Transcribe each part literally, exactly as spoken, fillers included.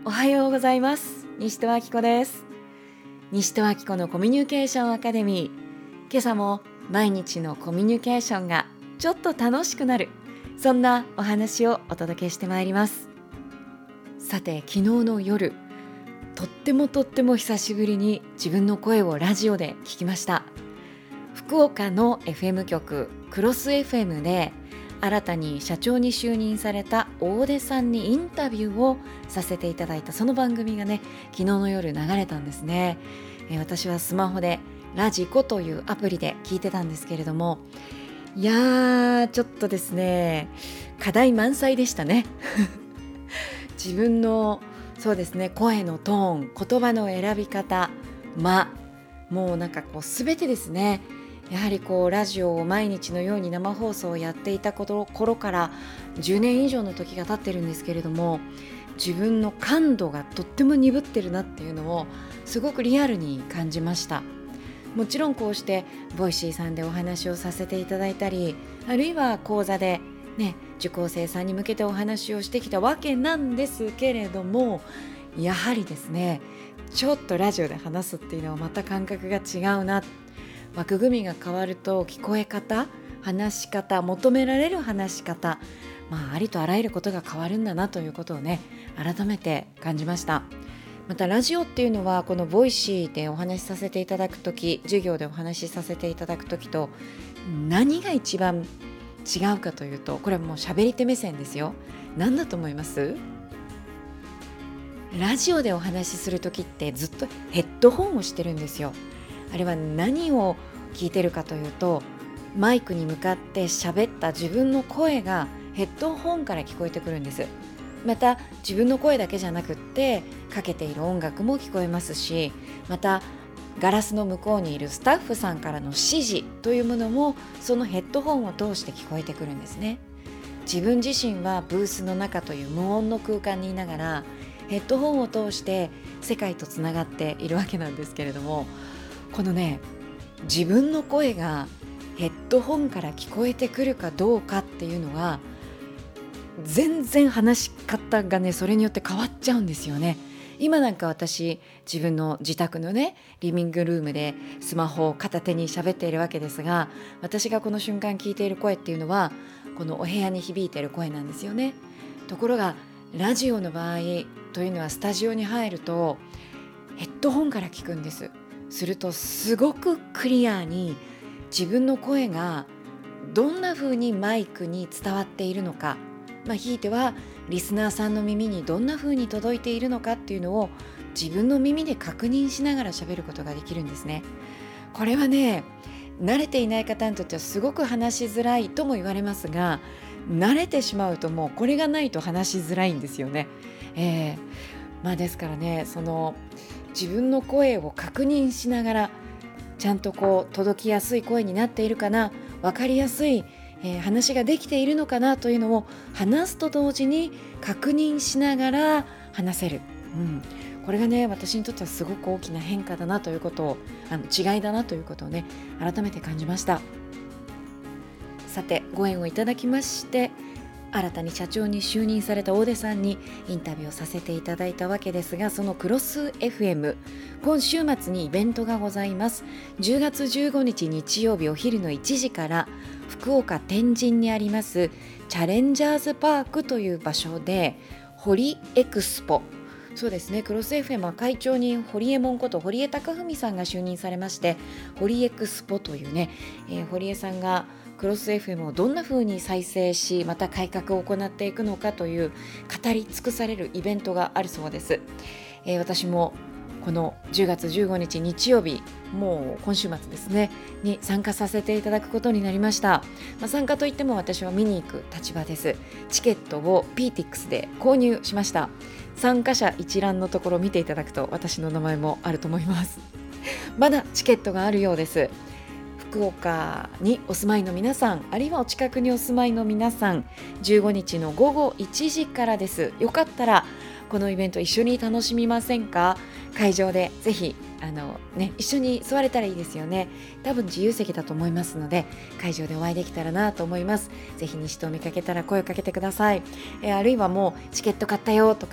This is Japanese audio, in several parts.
おはようございます。西戸明子です。西戸明子のコミュニケーションアカデミー。今朝も毎日のコミュニケーションがちょっと楽しくなる、そんなお話をお届けしてまいります。さて、昨日の夜、とってもとっても久しぶりに自分の声をラジオで聞きました。福岡の エフエム 局クロス エフエム で新たに社長に就任された大出さんにインタビューをさせていただいたその番組がね、昨日の夜流れたんですね。えー、私はスマホでラジコというアプリで聞いてたんですけれども、いやーちょっとですね、課題満載でしたね自分のそうですね、声のトーン、言葉の選び方、間、もうなんかこう全てですね。やはりこうラジオを毎日のように生放送をやっていた頃からじゅうねん以上の時が経ってるんですけれども、自分の感度がとっても鈍ってるなっていうのをすごくリアルに感じました。もちろんこうしてボイシーさんでお話をさせていただいたり、あるいは講座でね、受講生さんに向けてお話をしてきたわけなんですけれども、やはりですね、ちょっとラジオで話すっていうのはまた感覚が違うな。枠組みが変わると聞こえ方、話し方、求められる話し方、まあ、ありとあらゆることが変わるんだなということをね、改めて感じました。またラジオっていうのはこのボイシーでお話しさせていただくとき、授業でお話しさせていただくときと何が一番違うかというと、これはもう喋り手目線ですよ。何だと思います？ラジオでお話しするときってずっとヘッドホンをしてるんですよ。あれは何を聞いてるかというと、マイクに向かって喋った自分の声がヘッドホンから聞こえてくるんです。また自分の声だけじゃなくってかけている音楽も聞こえますし、またガラスの向こうにいるスタッフさんからの指示というものもそのヘッドホンを通して聞こえてくるんですね。自分自身はブースの中という無音の空間にいながらヘッドホンを通して世界とつながっているわけなんですけれども、このね、自分の声がヘッドホンから聞こえてくるかどうかっていうのは全然話し方がね、それによって変わっちゃうんですよね。今なんか私、自分の自宅のねリビングルームでスマホを片手に喋っているわけですが、私がこの瞬間聞いている声っていうのはこのお部屋に響いている声なんですよね。ところがラジオの場合というのはスタジオに入るとヘッドホンから聞くんです。するとすごくクリアに自分の声がどんな風にマイクに伝わっているのか、まあ、ひいてはリスナーさんの耳にどんな風に届いているのかっていうのを自分の耳で確認しながら喋ることができるんですね。これはね、慣れていない方にとってはすごく話しづらいとも言われますが、慣れてしまうともうこれがないと話しづらいんですよね。えーまあ、ですからね、その自分の声を確認しながらちゃんとこう届きやすい声になっているかな、分かりやすい、えー、話ができているのかなというのを話すと同時に確認しながら話せる、うん、これがね、私にとってはすごく大きな変化だなということを、あの違いだなということをね、改めて感じました。さて、ご縁をいただきまして新たに社長に就任された大出さんにインタビューをさせていただいたわけですが、そのクロス エフエム、 今週末にイベントがございます。じゅうがつじゅうごにち日曜日お昼のいちじから福岡天神にありますチャレンジャーズパークという場所でホリエクスポ、そうですね、クロス エフエム は会長に堀江門こと堀江貴文さんが就任されまして、ホリエクスポというね、えー、堀江さんがクロス エフエム をどんな風に再生し、また改革を行っていくのかという語り尽くされるイベントがあるそうです。えー、私もこのじゅうがつじゅうごにち日曜日、もう今週末ですねに参加させていただくことになりました。まあ、参加といっても私は見に行く立場です。チケットを ピーティックス で購入しました。参加者一覧のところを見ていただくと私の名前もあると思います。まだチケットがあるようです。福岡にお住まいの皆さん、あるいはお近くにお住まいの皆さん、じゅうごにちのごごいちじからです。よかったらこのイベント一緒に楽しみませんか？会場でぜひあの、ね、一緒に座れたらいいですよね。多分自由席だと思いますので、会場でお会いできたらなと思います。ぜひ西と見かけたら声をかけてください。えー、あるいはもうチケット買ったよとか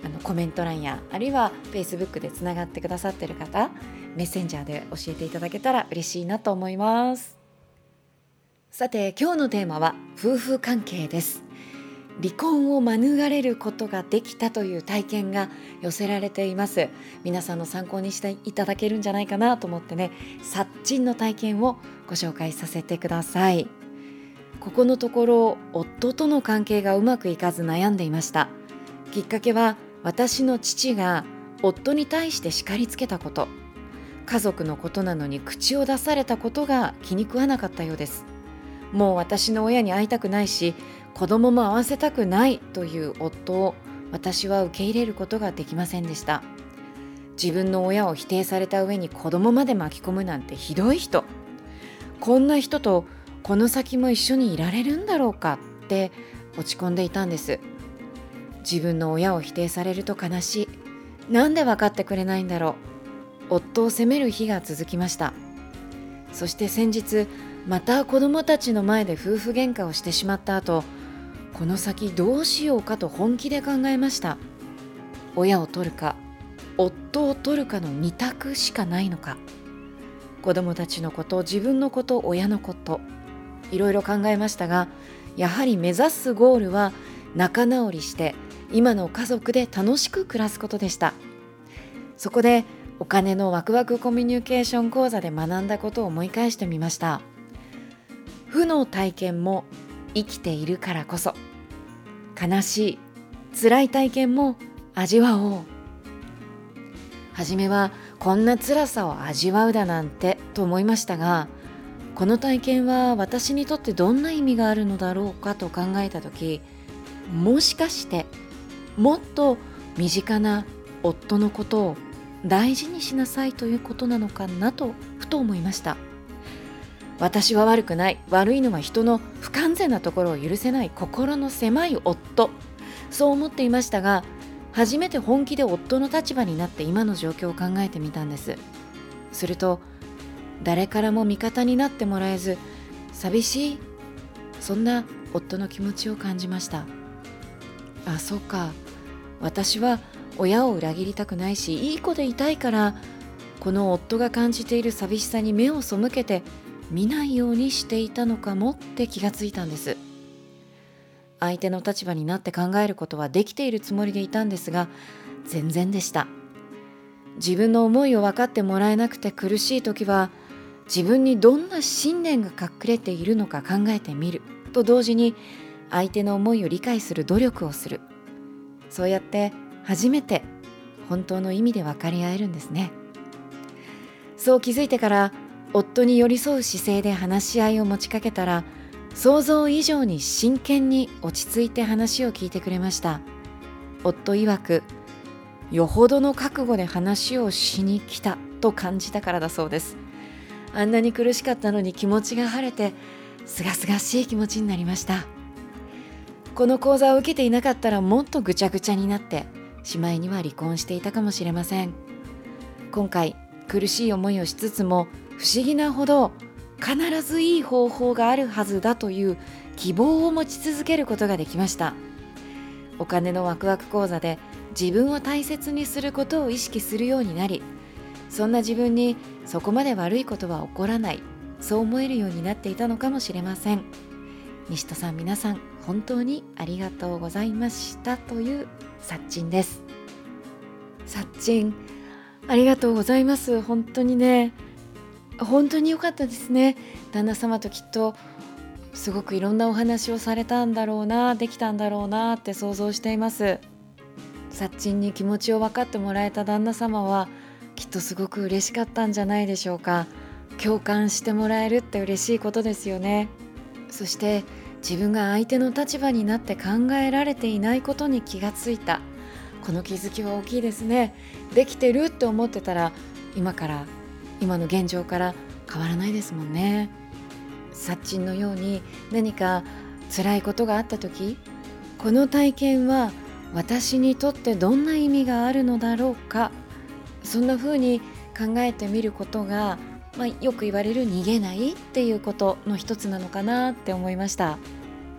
あのコメント欄やあるいは Facebook でつながってくださっている方、メッセンジャーで教えていただけたら嬉しいなと思います。さて、今日のテーマは夫婦関係です。離婚を免れることができたという体験が寄せられています。皆さんの参考にしていただけるんじゃないかなと思ってね、殺人の体験をご紹介させてください。ここのところ夫との関係がうまくいかず悩んでいました。きっかけは私の父が夫に対して叱りつけたこと、家族のことなのに口を出されたことが気に食わなかったようです。もう私の親に会いたくないし、子供も会わせたくないという夫を私は受け入れることができませんでした。自分の親を否定された上に子供まで巻き込むなんてひどい人。こんな人とこの先も一緒にいられるんだろうかって落ち込んでいたんです。自分の親を否定されると悲しい。なんで分かってくれないんだろう。夫を責める日が続きました。そして先日、また子供たちの前で夫婦喧嘩をしてしまった後、この先どうしようかと本気で考えました。親を取るか、夫を取るかの二択しかないのか。子供たちのこと、自分のこと、親のこと、いろいろ考えましたが、やはり目指すゴールは仲直りして今の家族で楽しく暮らすことでした。そこでお金のワクワクコミュニケーション講座で学んだことを思い返してみました。負の体験も生きているからこそ、悲しい辛い体験も味わおう。はじめはこんな辛さを味わうだなんてと思いましたが、この体験は私にとってどんな意味があるのだろうかと考えたとき、もしかしてもっと身近な夫のことを大事にしなさいということなのかなとふと思いました。私は悪くない、悪いのは人の不完全なところを許せない心の狭い夫、そう思っていましたが、初めて本気で夫の立場になって今の状況を考えてみたんです。すると誰からも味方になってもらえず寂しい、そんな夫の気持ちを感じました。あ、そうか、私は親を裏切りたくないし、いい子でいたいから、この夫が感じている寂しさに目を背けて見ないようにしていたのかもって気がついたんです。相手の立場になって考えることはできているつもりでいたんですが、全然でした。自分の思いを分かってもらえなくて苦しいときは、自分にどんな信念が隠れているのか考えてみると同時に、相手の思いを理解する努力をする。そうやって初めて本当の意味で分かり合えるんですね。そう気づいてから、夫に寄り添う姿勢で話し合いを持ちかけたら、想像以上に真剣に落ち着いて話を聞いてくれました。夫曰く、よほどの覚悟で話をしに来たと感じたからだそうです。あんなに苦しかったのに気持ちが晴れて、すがすがしい気持ちになりました。この講座を受けていなかったら、もっとぐちゃぐちゃになってしまいには離婚していたかもしれません。今回苦しい思いをしつつも、不思議なほど必ずいい方法があるはずだという希望を持ち続けることができました。お金のワクワク講座で自分を大切にすることを意識するようになり、そんな自分にそこまで悪いことは起こらない、そう思えるようになっていたのかもしれません。西戸さん、皆さん本当にありがとうございましたという殺人です。殺人ありがとうございます。本当にね、本当に良かったですね。旦那様ときっとすごくいろんなお話をされたんだろうな、できたんだろうなって想像しています。殺人に気持ちを分かってもらえた旦那様はきっとすごく嬉しかったんじゃないでしょうか。共感してもらえるって嬉しいことですよね。そして自分が相手の立場になって考えられていないことに気がついた、この気づきは大きいですね。できてるって思ってたら、今から今の現状から変わらないですもんね。殺人のように何か辛いことがあった時、この体験は私にとってどんな意味があるのだろうか、そんな風に考えてみることが、まあ、よく言われる逃げないっていうことの一つなのかなって思いました。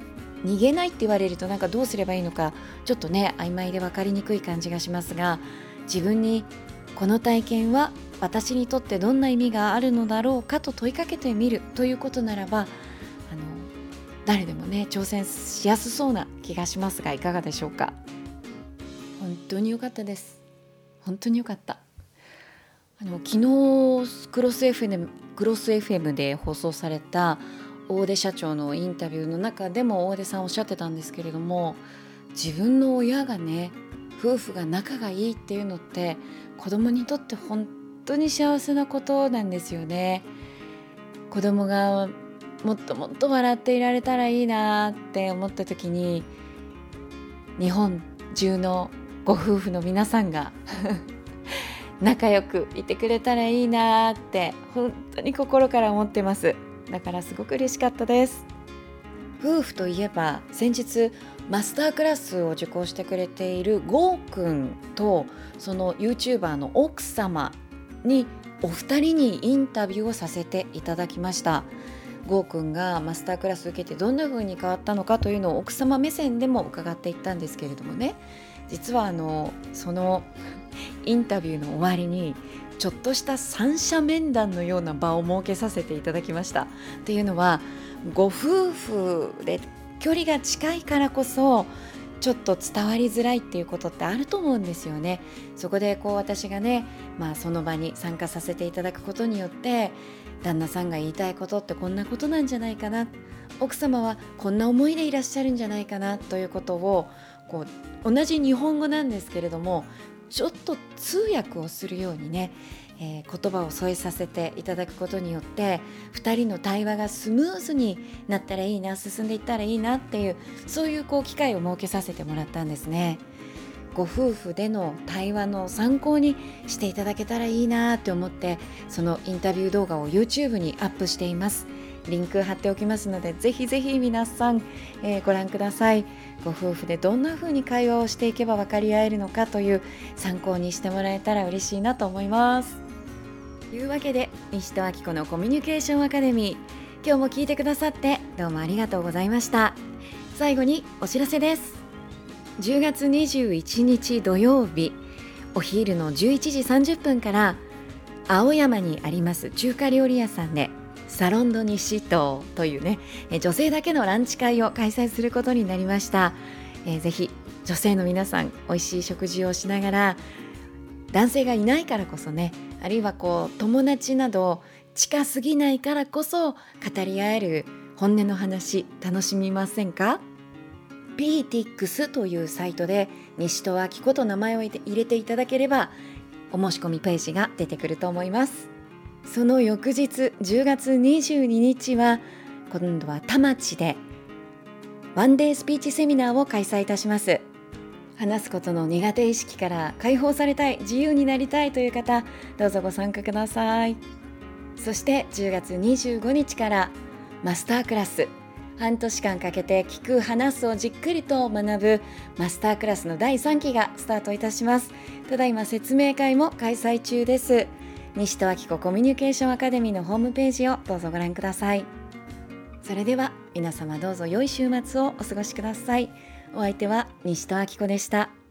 逃げないって言われるとなんかどうすればいいのかちょっとね曖昧で分かりにくい感じがしますが、自分にこの体験は私にとってどんな意味があるのだろうかと問いかけてみるということならば、あの誰でもね挑戦しやすそうな気がしますが、いかがでしょうか。本当に良かったです。本当に良かった。あの昨日クロス エフエム、クロス エフエム で放送された大出社長のインタビューの中でも大出さんおっしゃってたんですけれども、自分の親がね夫婦が仲がいいっていうのって子供にとって本当に幸せなことなんですよね。子供がもっともっと笑っていられたらいいなって思った時に、日本中のご夫婦の皆さんが仲良くいてくれたらいいなって本当に心から思ってます。だからすごく嬉しかったです。夫婦といえば先日マスタークラスを受講してくれているゴーくんとその YouTuber の奥様にお二人にインタビューをさせていただきました。ゴーくんがマスタークラスを受けてどんな風に変わったのかというのを奥様目線でも伺っていったんですけれどもね、実はあのそのインタビューの終わりにちょっとした三者面談のような場を設けさせていただきました。っていうのはご夫婦で距離が近いからこそちょっと伝わりづらいっていうことってあると思うんですよね。そこでこう私がね、まあ、その場に参加させていただくことによって旦那さんが言いたいことってこんなことなんじゃないかな、奥様はこんな思いでいらっしゃるんじゃないかなということをこう同じ日本語なんですけれどもちょっと通訳をするようにね、えー、言葉を添えさせていただくことによってふたりの対話がスムーズになったらいいな、進んでいったらいいなっていう、そういうこう機会を設けさせてもらったんですね。ご夫婦での対話の参考にしていただけたらいいなって思って、そのインタビュー動画を YouTube にアップしています。リンク貼っておきますのでぜひぜひ皆さん、えー、ご覧ください。ご夫婦でどんな風に会話をしていけば分かり合えるのかという参考にしてもらえたら嬉しいなと思います。というわけで西戸明子のコミュニケーションアカデミー、今日も聞いてくださってどうもありがとうございました。最後にお知らせです。じゅうがつにじゅういちにち土曜日お昼のじゅういちじさんじゅっぷんから青山にあります中華料理屋さんでサロンド西東というね、女性だけのランチ会を開催することになりました。えー、ぜひ女性の皆さん美味しい食事をしながら、男性がいないからこそね、あるいはこう友達など近すぎないからこそ語り合える本音の話楽しみませんか？ピーティックス というサイトで西戸明子と名前を入れていただければお申し込みページが出てくると思います。その翌日じゅうがつにじゅうににちは今度は田町でワンデースピーチセミナーを開催いたします。話すことの苦手意識から解放されたい、自由になりたいという方、どうぞご参加ください。そしてじゅうがつにじゅうごにちからマスタークラス、半年間かけて聞く話すをじっくりと学ぶマスタークラスのだいさんきがスタートいたします。ただいま説明会も開催中です。西戸明子コミュニケーションアカデミーのホームページをどうぞご覧ください。それでは皆様どうぞ良い週末をお過ごしください。お相手は西戸明子でした。